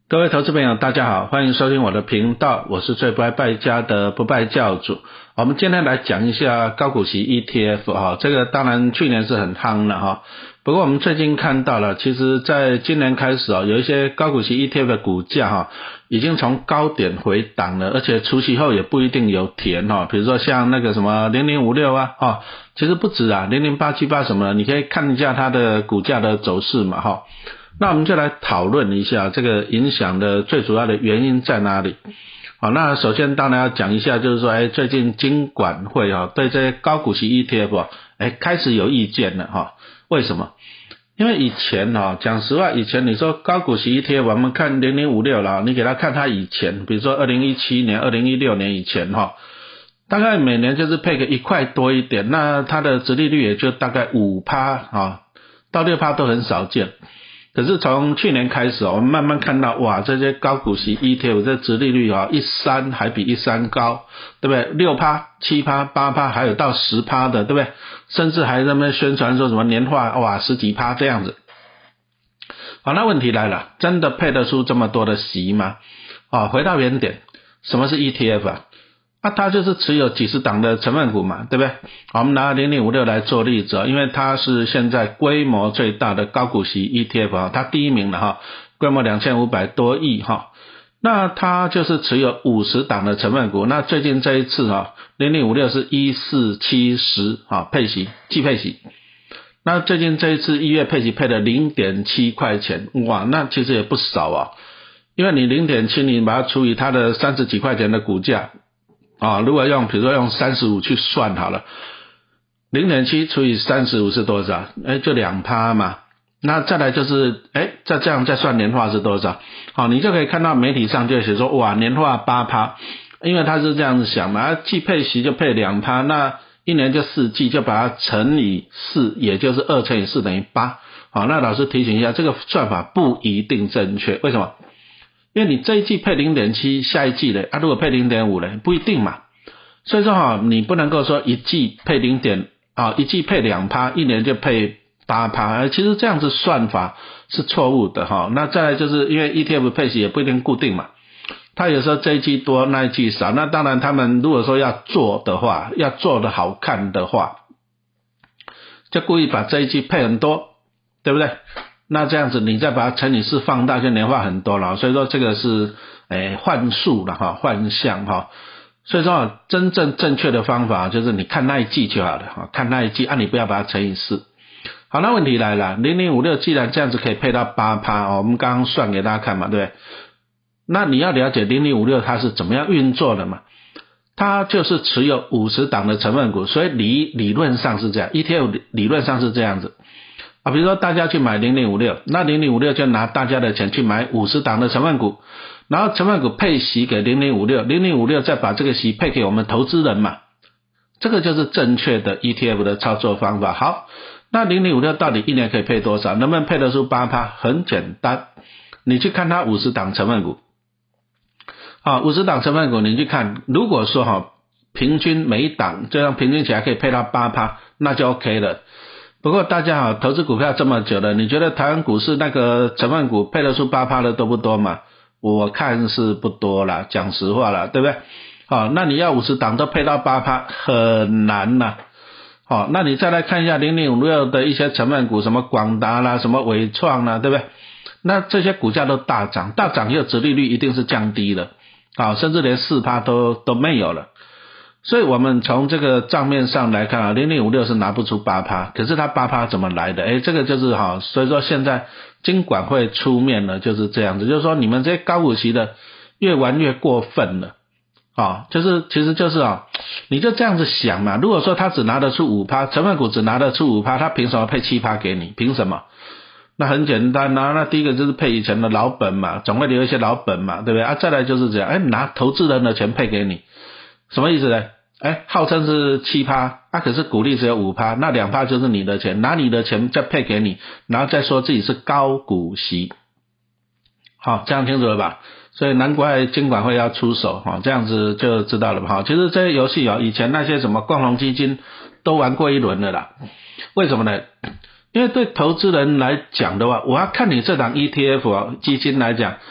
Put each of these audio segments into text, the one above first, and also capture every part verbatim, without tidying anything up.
各位投资朋友大家好，欢迎收听我的频道，我是最不爱败家的不败教主。我们今天来讲一下高股息 E T F 哈，这个当然去年是很夯的哈，不过我们最近看到了，其实在今年开始哦，有一些高股息 E T F 的股价哈，已经从高点回档了，而且除息后也不一定有填哈，比如说像那个什么零零五六啊，哦，其实不止啊，零零八七八什么的，你可以看一下它的股价的走势嘛哈。那我们就来讨论一下这个影响的最主要的原因在哪里。好，那首先当然要讲一下，就是说，哎，最近金管会啊，对这些高股息 E T F 啊，哎，开始有意见了哈。为什么？因为以前啊，讲实话，以前你说高股息 E T F， 我们看零零五六啦，你给他看它以前，比如说二零一七年、二零一六年以前哈，大概每年就是配个一块多一点，那它的殖利率也就大概 百分之五 啊，到 百分之六 都很少见。可是从去年开始，我们慢慢看到，哇，这些高股息 E T F 这殖利率啊，一三还比一三高，对不对？ 百分之六、百分之七、百分之八，还有到 百分之十 的，对不对？甚至还在那边宣传说什么年化，哇，十几趴这样子。好，那问题来了，真的配得出这么多的息吗？啊，回到原点，什么是 E T F 啊？啊，它就是持有几十档的成分股嘛，对不对？好，我们拿零零五六来做例子，因为它是现在规模最大的高股息 E T F 啊，它第一名了哈，规模两千五百多亿哈。那它就是持有五十档的成分股，那最近这一次啊，零零五六是一四七十啊配息，季配息。那最近这一次一月配息配了 零点七块钱，哇，那其实也不少啊。因为你 零点七 你把它除以它的三十几块钱的股价。啊，如果用比如说用三十五去算好了 ,零点七 除以三十五是多少？诶就 百分之二 嘛。那再来就是诶再这样再算年化是多少？好，你就可以看到媒体上就写说哇年化 百分之八， 因为他是这样子想嘛，季配息就配 百分之二， 那一年就四季就把它乘以四，也就是二乘以四等于八。好，那老师提醒一下，这个算法不一定正确，为什么？因为你这一季配 零点七， 下一季嘞啊如果配 零点五 嘞不一定嘛。所以说哈，你不能够说一季配 零点啊，一季配 百分之二， 一年就配 百分之八， 其实这样子算法是错误的哈。那再来就是因为 E T F 配息也不一定固定嘛，它有时候这一季多那一季少，那当然他们如果说要做的话，要做的好看的话，就故意把这一季配很多，对不对？那这样子你再把它乘以四放大就年化很多了，所以说这个是诶幻术了哈，幻象哈。所以说真正正确的方法就是你看那一季就好了哈，看那一季啊你不要把它乘以四。好，那问题来了，零零五六既然这样子可以配到 百分之八 哦，我们刚刚算给大家看嘛，对不对？那你要了解零零五六它是怎么样运作的嘛？它就是持有五十档的成分股，所以理理论上是这样 ，E T F 理论上是这样子。啊，比如说大家去买零零五六，那零零五六就拿大家的钱去买五十档的成分股，然后成分股配息给零零五六， 零零五六再把这个息配给我们投资人嘛，这个就是正确的 E T F 的操作方法。好，那零零五六到底一年可以配多少？能不能配得出 百分之八？ 很简单，你去看它五十档成分股，好，五十档成分股你去看，如果说哈平均每一档这样平均起来可以配到 百分之八， 那就 OK 了。不过大家好，投资股票这么久了，你觉得台湾股市那个成分股配得出 百分之八 的多不多嘛？我看是不多啦，讲实话啦，对不对？好，那你要五十档都配到 百分之八 很难啦。好，那你再来看一下零零五六的一些成分股，什么广达啦，什么伟创啦，对不对？那这些股价都大涨，大涨又殖利率一定是降低了，好，甚至连 百分之四 都都没有了。所以我们从这个账面上来看啊 ,零零五六 是拿不出 百分之八, 可是它 百分之八 怎么来的？诶这个就是哈，所以说现在金管会出面了，就是这样子，就是说你们这些高股息的越玩越过分了。啊，就是其实就是啊，你就这样子想嘛，如果说他只拿得出 百分之五, 成分股只拿得出 百分之五, 他凭什么配 百分之七 给你？凭什么？那很简单啊，那第一个就是配以前的老本嘛，总会留一些老本嘛，对不对啊？再来就是这样，诶拿投资人的钱配给你，什么意思呢？哎，号称是 百分之七 啊，可是股利只有 百分之五 那 百分之二 就是你的钱，拿你的钱再配给你，然后再说自己是高股息。好，这样清楚了吧？所以难怪金管会要出手，这样子就知道了吧？其实这些游戏以前那些什么共同基金都玩过一轮了啦。为什么呢？因为对投资人来讲的话，我要看你这档 E T F 基金来讲，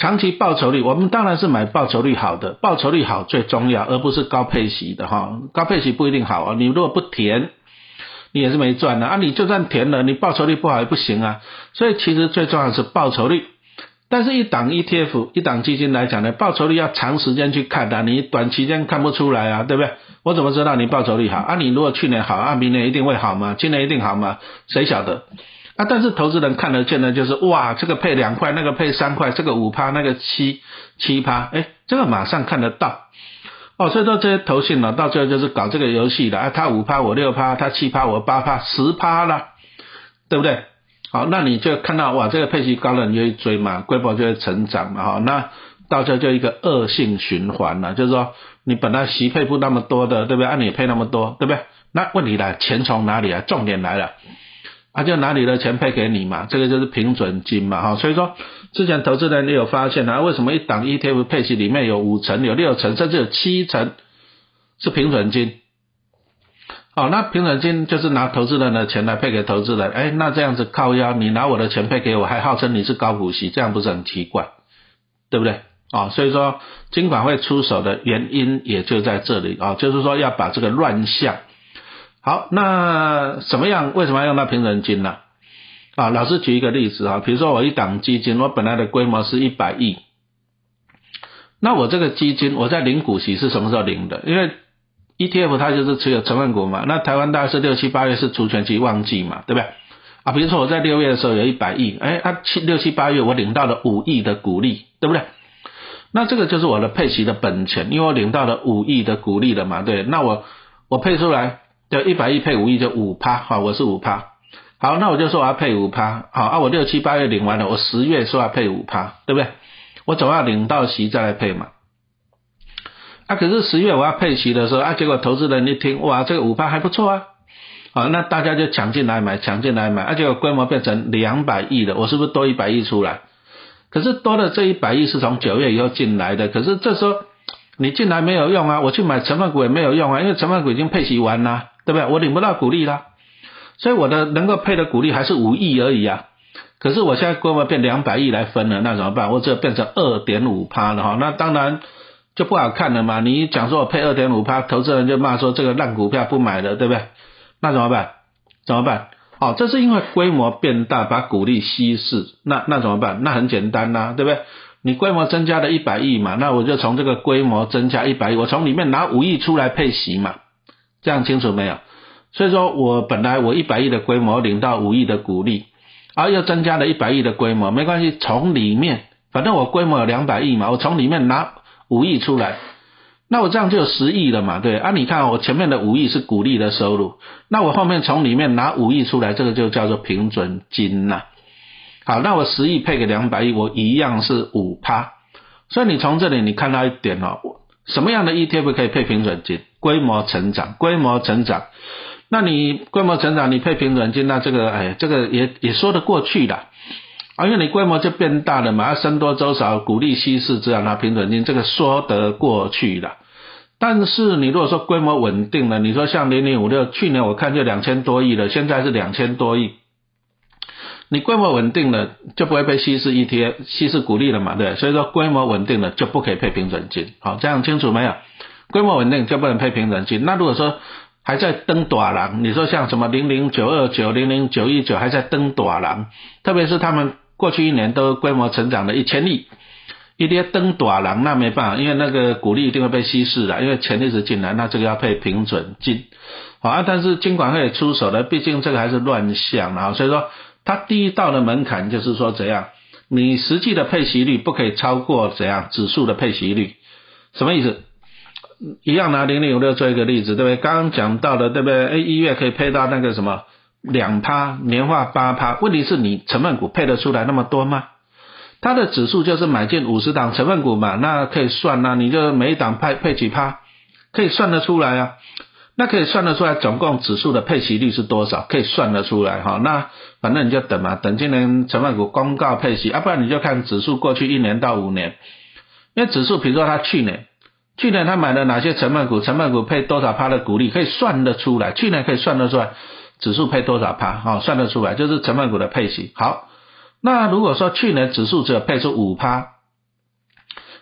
长期报酬率，我们当然是买报酬率好的，报酬率好最重要，而不是高配息的哈。高配息不一定好啊，你如果不填，你也是没赚的啊。你就算填了，你报酬率不好也不行啊。所以其实最重要的是报酬率。但是一档 E T F 一档基金来讲呢，报酬率要长时间去看的、啊，你短期间看不出来啊，对不对？我怎么知道你报酬率好啊？你如果去年好啊，明年一定会好吗？今年一定好吗？谁晓得啊？但是投资人看得见的就是哇，这个配两块，那个配三块，这个五趴，那个七七趴，哎，这个马上看得到哦。所以说这些投信呢，到最后就是搞这个游戏的啊，他五趴我六趴，他七趴我八趴，十趴啦，对不对？好，那你就看到哇，这个配息高了，你就去追嘛，规模就会成长嘛，哈，那到这就一个恶性循环了，就是说你本来息配不那么多的，对不对？啊，你也配那么多，对不对？那问题来，钱从哪里来？重点来了，啊，就拿你的钱配给你嘛，这个就是平准金嘛，哈，所以说之前投资人也有发现啊，为什么一档 E T F 配息里面有五成、有六成，甚至有七成是平准金？好，那平准金就是拿投资人的钱来配给投资人，哎，那这样子靠腰，你拿我的钱配给我，还号称你是高股息，这样不是很奇怪，对不对？啊、哦，所以说金管会出手的原因也就在这里啊、哦，就是说要把这个乱象。好，那什么样？为什么要用到平准金呢？啊，老师举一个例子啊，比如说我一档基金，我本来的规模是一百亿，那我这个基金我在领股息是什么时候领的？因为E T F 它就是持有成分股嘛，那台湾大概是六七八月是除权期旺季嘛，对不对？啊，比如说我在六月的时候有一百亿，哎，啊七六七八月我领到了五亿的股利，对不对？那这个就是我的配息的本钱，因为我领到了五亿的股利了嘛，对，那我我配出来就一百亿配五亿就五趴，好，我是五趴，好，那我就说我要配五趴，好，啊我六七八月领完了，我十月说要配五趴，对不对？我总要领到息再来配嘛。啊，可是十月我要配息的时候啊，结果投资人一听，哇，这个五趴还不错啊，好，那大家就抢进来买，抢进来买，啊，结果规模变成两百亿了，我是不是多一百亿出来？可是多的这一百亿是从九月以后进来的，可是这时候你进来没有用啊，我去买成分股也没有用啊，因为成分股已经配息完啦，对不对？我领不到股利啦，所以我的能够配的股利还是五亿而已啊。可是我现在规模变两百亿来分了，那怎么办？我这变成 二点五趴 了哈，那当然就不好看了嘛，你讲说我配 二点五趴， 投资人就骂说这个烂股票不买了，对不对？那怎么办？怎么办？哦，这是因为规模变大，把股利稀释，那那怎么办？那很简单啦、啊，对不对？你规模增加了一百亿嘛，那我就从这个规模增加一百亿，我从里面拿五亿出来配息嘛，这样清楚没有？所以说我本来我一百亿的规模领到五亿的股利，然后又增加了一百亿的规模，没关系，从里面反正我规模有两百亿嘛，我从里面拿五亿出来，那我这样就有十亿了嘛，对啊，你看我前面的五亿是股利的收入，那我后面从里面拿五亿出来，这个就叫做平准金啦、啊。好，那我十亿配给两百亿，我一样是五趴，所以你从这里你看到一点哦，什么样的 E T F 可以配平准金？规模成长，规模成长，那你规模成长你配平准金，那这个哎，这个也也说得过去的。啊，因为你规模就变大了嘛，要僧多粥少，股利稀释，这样拿平准金，这个说得过去的。但是你如果说规模稳定了，你说像零零五六，去年我看就两千多亿了，现在是两千多亿，你规模稳定了，就不会被稀释 E T F 稀释股利了嘛，对，所以说规模稳定了就不可以配平准金，好，这样清楚没有？规模稳定就不能配平准金。那如果说还在登大人，你说像什么零零九二九、零零九一九还在登大人，特别是他们过去一年都规模成长了一千亿，一跌登大人，那没办法，因为那个股利一定会被稀释了，因为钱一直进来，那这个要配平准金，好啊，但是金管会出手了，毕竟这个还是乱象啊，所以说它第一道的门槛就是说怎样，你实际的配息率不可以超过怎样指数的配息率，什么意思？一样拿零零五六做一个例子，对不对？刚刚讲到的，对不对？哎，一月可以配到那个什么两趴，年化八趴，问题是你成分股配得出来那么多吗？它的指数就是买进五十档成分股嘛，那可以算啊，你就每一档配配几趴，可以算得出来啊。那可以算得出来总共指数的配息率是多少，可以算得出来哈。那反正你就等嘛，等今年成分股公告配息，啊不然你就看指数过去一年到五年，因为指数比如说它去年去年他买了哪些成分股，成分股配多少趴的股利，可以算得出来，去年可以算得出来指数配多少趴、哦、算得出来，就是成分股的配息。好，那如果说去年指数只有配出五趴，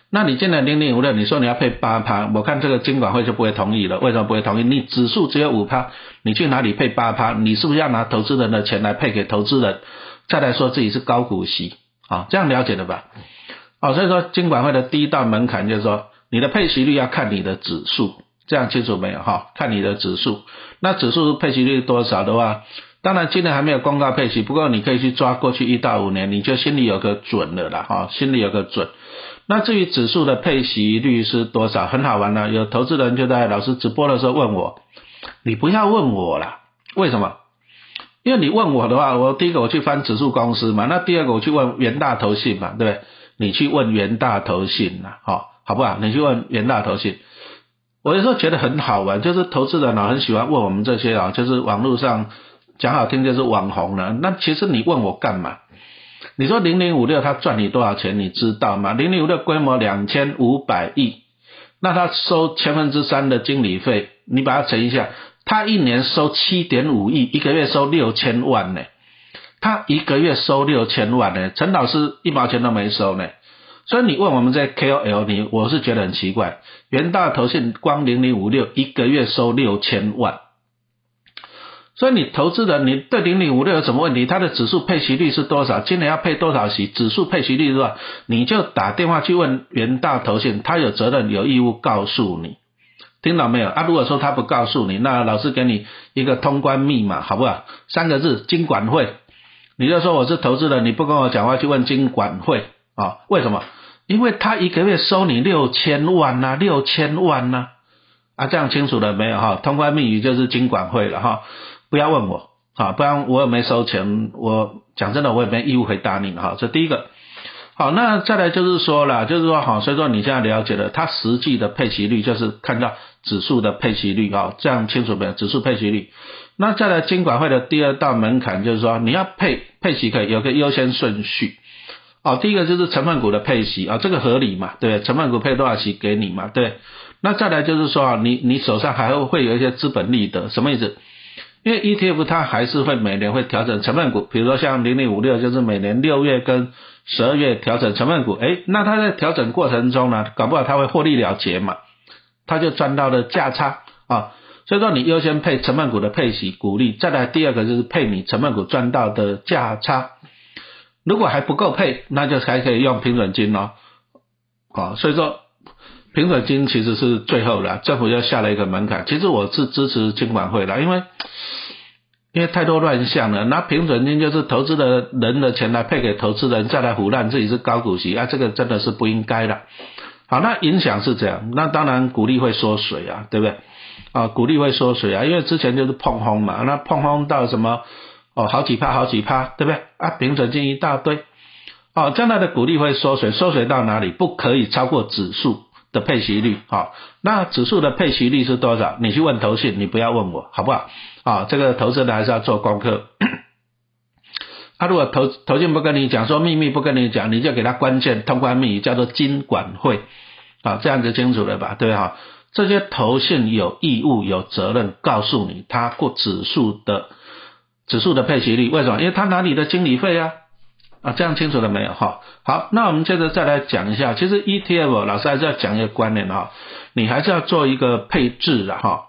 那你今年零零五六，你说你要配 百分之八， 我看这个金管会就不会同意了。为什么不会同意？你指数只有 百分之五， 你去哪里配 百分之八？ 你是不是要拿投资人的钱来配给投资人，再来说自己是高股息啊？这样了解了吧？哦，所以说金管会的第一道门槛就是说，你的配息率要看你的指数，这样清楚没有哈？看你的指数，那指数配息率多少的话，当然今年还没有公告配息，不过你可以去抓过去一到五年，你就心里有个准了啦哈，心里有个准。那至于指数的配息率是多少，很好玩啦，有投资人就在老师直播的时候问我，你不要问我啦，为什么？因为你问我的话，我第一个我去翻指数公司嘛，那第二个我去问元大投信嘛，对不对？你去问元大投信啦，好，好不好？你去问元大投信。我有时候觉得很好玩，就是投资人啊很喜欢问我们这些啊，就是网络上讲好听就是网红了，那其实你问我干嘛？你说零零五六它赚你多少钱，你知道吗？零零五六规模两千五百亿，那它收千分之三的经理费，你把它乘一下，它一年收 七点五亿，一个月收六千万呢。它一个月收六千万呢，陈老师一毛钱都没收呢。所以你问我们这 K O L， 你我是觉得很奇怪，元大投信光零零五六一个月收六千万。所以你投资人，你对零零五六有什么问题？它的指数配息率是多少？今年要配多少息？指数配息率是吧？你就打电话去问元大投信，他有责任有义务告诉你，听到没有啊？如果说他不告诉你，那老师给你一个通关密码，好不好？三个字，金管会。你就说我是投资人，你不跟我讲话，去问金管会啊？为什么？因为他一个月收你六千万啊，六千万啊，啊，这样清楚了没有哈？通关密语就是金管会了哈。不要问我啊，不然我也没收钱，我讲真的我也没义务回答你哈，这第一个。好，那再来就是说啦，就是说好，所以说你现在了解了，它实际的配息率就是看到指数的配息率啊，这样清楚没有？指数配息率。那再来金管会的第二道门槛就是说，你要配配息可以有个优先顺序。哦，第一个就是成分股的配息啊，这个合理嘛，对，成分股配多少息给你嘛，对。那再来就是说啊，你你手上还会有一些资本利得，什么意思？因为 E T F 它还是会每年会调整成分股，比如说像零零五六就是每年六月跟十二月调整成分股，诶，那它在调整过程中呢，搞不好它会获利了结嘛，它就赚到了价差啊，所以说你优先配成分股的配息股利，再来第二个就是配你成分股赚到的价差，如果还不够配，那就还可以用平准金哦，啊，所以说平准金其实是最后了，政府就下了一个门槛。其实我是支持金管会的，因为因为太多乱象了。那平准金就是投资的人的钱来配给投资人，再来唬烂自己是高股息啊，这个真的是不应该的。好，那影响是这样，那当然股利会缩水啊，对不对？啊，股利会缩水啊，因为之前就是碰轰嘛，那碰轰到什么哦，好几趴好几趴，对不对？啊，平准金一大堆，哦，将来的股利会缩水，缩水到哪里？不可以超过指数的配息率，好，那指数的配息率是多少？你去问投信，你不要问我，好不好？啊，这个投资人还是要做功课。他、啊、如果投投信不跟你讲，说秘密不跟你讲，你就给他关键通关密语，叫做金管会，啊，这样就清楚了吧？对哈，这些投信有义务有责任告诉你他过指数的指数的配息率，为什么？因为他拿你的经理费啊。啊，这样清楚了没有哈？好，那我们接着再来讲一下，其实 E T F 老师还是要讲一个观念哈，你还是要做一个配置啊哈。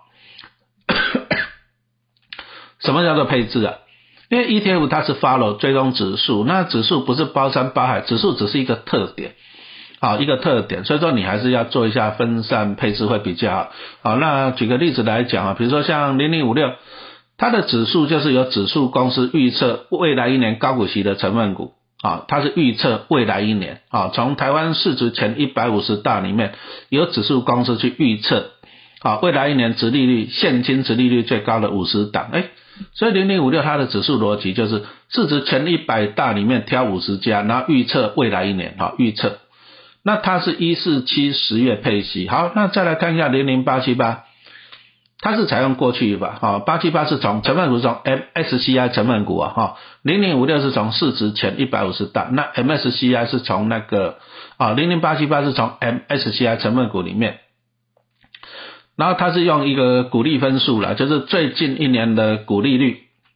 什么叫做配置啊？因为 E T F 它是 follow 追踪指数，那指数不是包山包海，指数只是一个特点，好，一个特点，所以说你还是要做一下分散配置会比较好。好，那举个例子来讲啊，比如说像零零五六。它的指数就是由指数公司预测未来一年高股息的成分股啊，它是预测未来一年啊，从台湾市值前一百五十大里面由指数公司去预测啊，未来一年殖利率现金殖利率最高的五十档，诶，所以零零五六它的指数逻辑就是市值前一百大里面挑五十家，然后预测未来一年啊，预测，那它是一四七十月配息。好，那再来看一下零零八七八。它是采用过去吧，哈，八七八是从成分股从 M S C I 成分股啊，哈，零零五六是从市值前一百五十大，那 M S C I 是从那个啊，零零八七八是从 M S C I 成分股里面，然后它是用一个股利分数啦，就是最近一年的股利率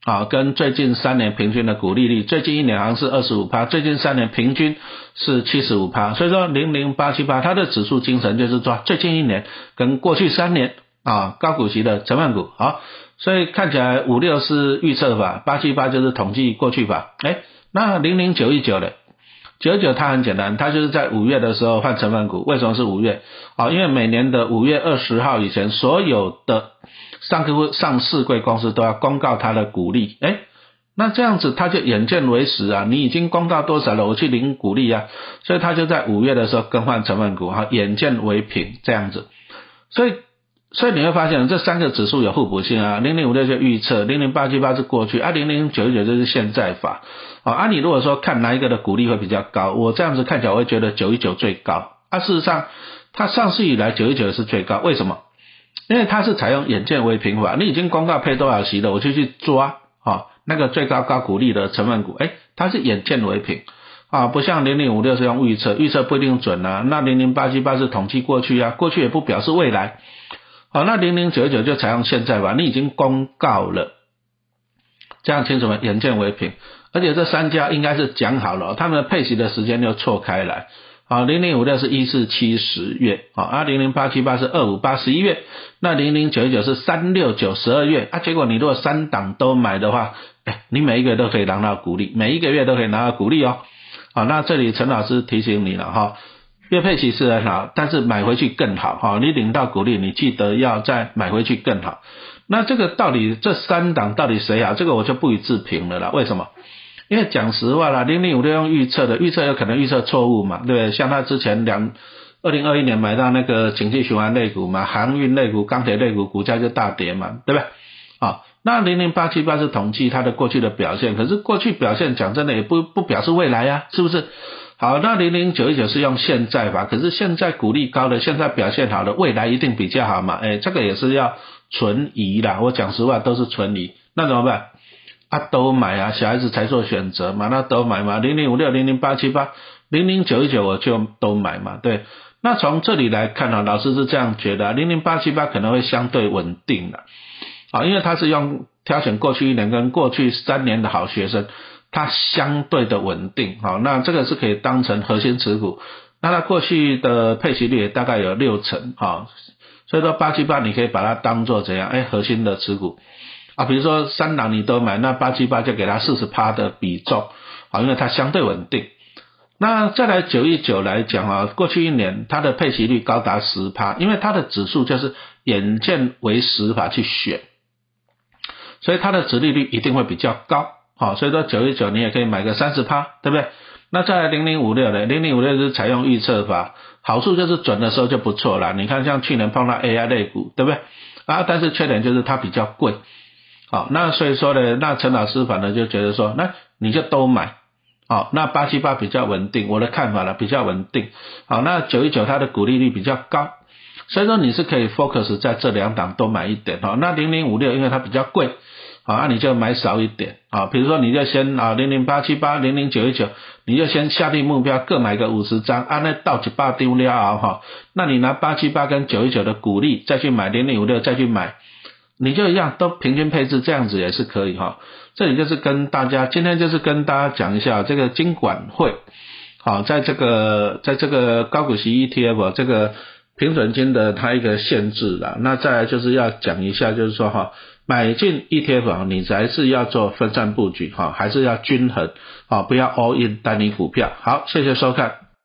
啊，跟最近三年平均的股利率，最近一年好像是 百分之二十五， 最近三年平均是 百分之七十五， 所以说零零八七八它的指数精神就是抓最近一年跟过去三年啊高股息的成分股。好，所以看起来五六是预测法，八七八就是统计过去法。诶，那零零九一九呢？九九它很简单，它就是在五月的时候换成分股。为什么是五月？啊，因为每年的五月二十号以前，所有的上市上市柜公司都要公告它的股利。诶，那这样子它就眼见为实啊，你已经公告多少了，我去领股利啊，所以它就在五月的时候更换成分股，哈，眼见为凭这样子。所以所以你会发现这三个指数有互补性啊，零零五六就预测，零零八七八是过去，啊零零九九就是现在法。啊，啊你如果说看哪一个的股利会比较高，我这样子看起来我会觉得九一九最高。啊事实上它上市以来九一九是最高，为什么？因为它是采用眼见为凭法，你已经公告配多少息了，我就去抓啊那个最高高股利的成分股，诶它是眼见为凭。啊，不像零零五六是用预测，预测不一定准啊，那零零八七八是统计过去啊，过去也不表示未来。好，那零零九九就采用现在吧，你已经公告了，这样清楚吗？眼见为凭，而且这三家应该是讲好了，他们的配息的时间又错开来。好，零零五六是一四七十月，好，啊零零八七八是二五八十一月，那零零九九是三六九十二月，啊结果你如果三档都买的话，哎，你每一个月都可以拿到股利，每一个月都可以拿到股利哦。好，那这里陈老师提醒你了哈。月配息是很好，但是买回去更好哈！你领到股利，你记得要再买回去更好。那这个到底这三档到底谁好？这个我就不予置评了啦。为什么？因为讲实话啦，零零五六用预测的，预测有可能预测错误嘛，对不对？像他之前两二零二一年买到那个景气循环类股嘛，航运类股、钢铁类股，股价就大跌嘛，对不对？好，那零零八七八是统计它的过去的表现，可是过去表现讲真的也不不表示未来啊，是不是？好，那零零九一九是用现在法，可是现在股利高的，现在表现好的，未来一定比较好嘛？诶，这个也是要存疑啦。我讲实话都是存疑，那怎么办？啊，都买啊，小孩子才做选择嘛，那都买嘛，零零五六、零零八七八、零零九一九我就都买嘛，对。那从这里来看呢、啊，老师是这样觉得、啊，零零八七八可能会相对稳定的，啊，因为它是用挑选过去一年跟过去三年的好学生。它相对的稳定，好，那这个是可以当成核心持股，那它过去的配息率也大概有六成，好，所以说八七八你可以把它当做怎样，哎，核心的持股啊，比如说三档你都买，那八七八就给它 百分之四十 的比重，好，因为它相对稳定。那再来九一九来讲啊，过去一年它的配息率高达 百分之十， 因为它的指数就是眼见为实法去选，所以它的殖利率一定会比较高。好，所以说九一九你也可以买个 百分之三十， 对不对？那再来零零五六呢 ,零零五六 是采用预测法，好处就是准的时候就不错啦。你看像去年碰到 A I 类股，对不对？啊，但是缺点就是它比较贵。好，那所以说呢，那陈老师反正就觉得说，那你就都买。好，那八七八比较稳定，我的看法啦，比较稳定。好，那九一九它的股利率比较高，所以说你是可以 focus 在这两档都买一点。好，那零零五六因为它比较贵。好，那、啊、你就买少一点啊，比如说你就先啊零零八七八、零零九一九，你就先下定目标各买个五十张，按、啊、那到一百丢了啊哈，那你拿八七八跟九一九的股利再去买零零五六再去买，你就一样都平均配置，这样子也是可以哈。这里就是跟大家今天就是跟大家讲一下这个金管会，好，在这个在这个高股息 E T F 这个平准金的它一个限制啦，那再来就是要讲一下就是说哈。买进 E T F 你还是要做分散布局，还是要均衡，不要 all in 单一股票。好，谢谢收看。